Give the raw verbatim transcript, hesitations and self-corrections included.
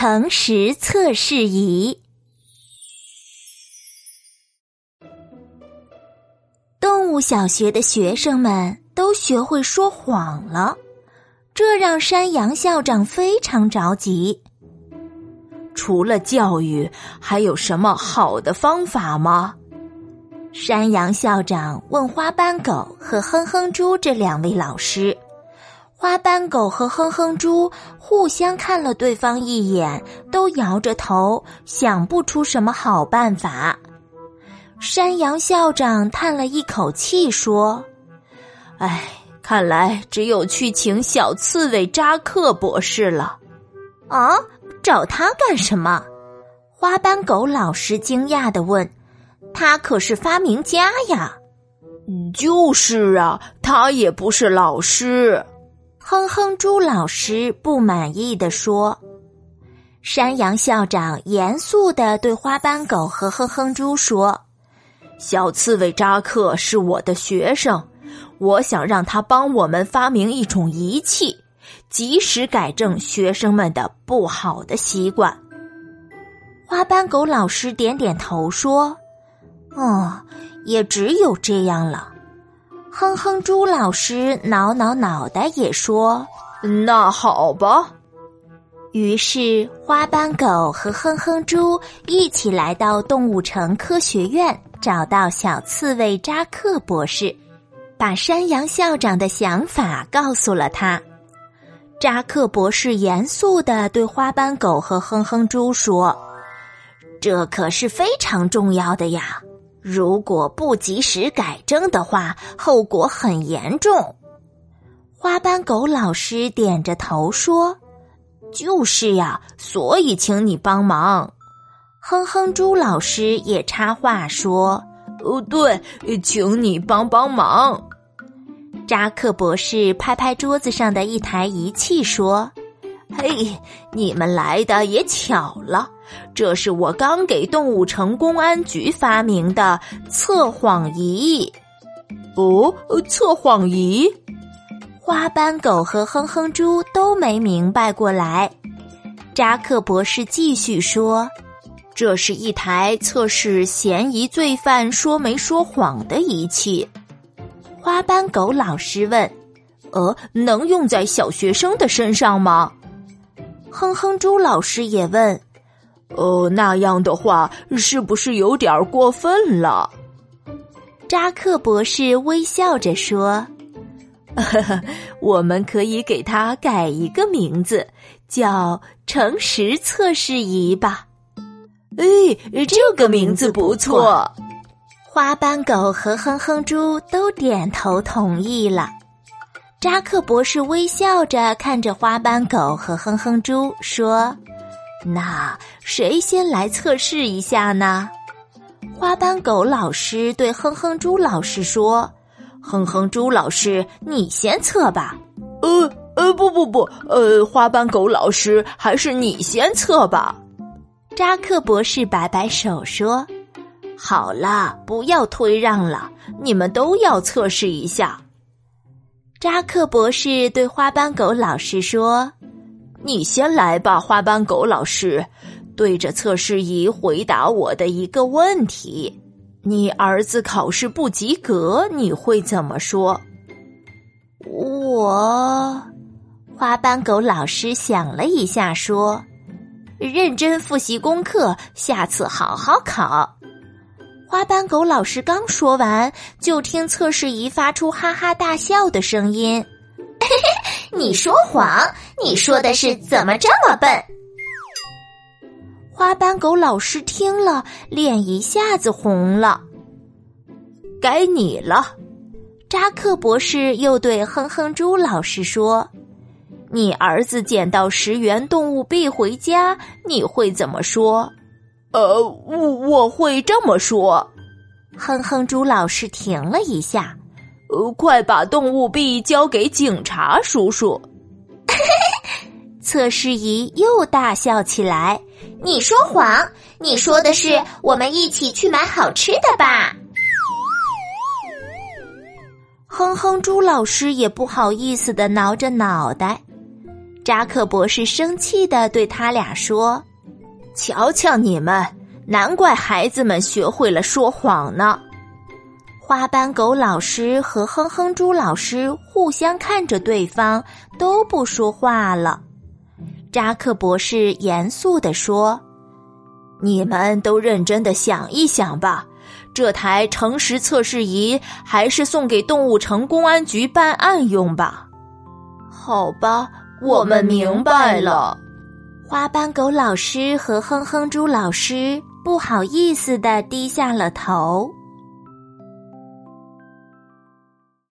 诚实测试仪。动物小学的学生们都学会说谎了，这让山羊校长非常着急。 除了教育，还有什么好的方法吗？ 山羊校长问花斑狗和哼哼猪这两位老师。花斑狗和哼哼猪互相看了对方一眼，都摇着头，想不出什么好办法。山羊校长叹了一口气说： 唉，看来只有去请小刺猬扎克博士了。 啊，找他干什么？花斑狗老师惊讶地问。他可是发明家呀。 就是啊，他也不是老师。 哼哼猪老师不满意地说。山羊校长严肃地对花斑狗和哼哼猪说： 小刺猬扎克是我的学生，我想让他帮我们发明一种仪器，及时改正学生们的不好的习惯。 花斑狗老师点点头说：哦，也只有这样了。哼哼猪老师挠挠脑袋也说： 那好吧。 于是花斑狗和哼哼猪一起来到动物城科学院，找到小刺猬扎克博士，把山羊校长的想法告诉了他。扎克博士严肃地对花斑狗和哼哼猪说：这可是非常重要的呀，如果不及时改正的话，后果很严重。花斑狗老师点着头说：就是呀，所以请你帮忙。哼哼猪老师也插话说： 哦，对，请你帮帮忙。 扎克博士拍拍桌子上的一台仪器说： 嘿，你们来的也巧了，这是我刚给动物城公安局发明的测谎仪。哦，测谎仪？ 花斑狗和哼哼猪都没明白过来。扎克博士继续说： 这是一台测试嫌疑罪犯说没说谎的仪器。 花斑狗老师问： 呃，能用在小学生的身上吗？ 哼哼猪老师也问： 哦，那样的话是不是有点过分了？ 扎克博士微笑着说： 我们可以给它改一个名字，叫诚实测试仪吧。哎，这个名字不错。 花斑狗和哼哼猪都点头同意了。扎克博士微笑着看着花斑狗和哼哼猪说：那谁先来测试一下呢？花斑狗老师对哼哼猪老师说：哼哼猪老师，你先测吧。 呃呃，不不不，呃，花斑狗老师，还是你先测吧。 扎克博士摆摆手说：好了，不要推让了，你们都要测试一下。扎克博士对花斑狗老师说： 你先来吧，花斑狗老师，对着测试仪回答我的一个问题。你儿子考试不及格，你会怎么说？ 我……花斑狗老师想了一下说：认真复习功课，下次好好考。花斑狗老师刚说完，就听测试仪发出哈哈大笑的声音。你说谎，你说的是怎么这么笨？花斑狗老师听了，脸一下子红了。 该你了。 扎克博士又对哼哼猪老师说：你儿子捡到十元动物币回家，你会怎么说？ 呃，我我会这么说。 哼哼猪老师停了一下， 呃，快把动物币交给警察叔叔。 测试仪又大笑起来。你说谎，你说的是我们一起去买好吃的吧。哼哼猪老师也不好意思地挠着脑袋。 扎克博士生气地对他俩说： 瞧瞧你们，难怪孩子们学会了说谎呢。 花斑狗老师和哼哼猪老师互相看着对方，都不说话了。扎克博士严肃地说： 你们都认真地想一想吧，这台诚实测试仪还是送给动物城公安局办案用吧。 好吧，我们明白了。 花斑狗老师和哼哼猪老师不好意思地低下了头。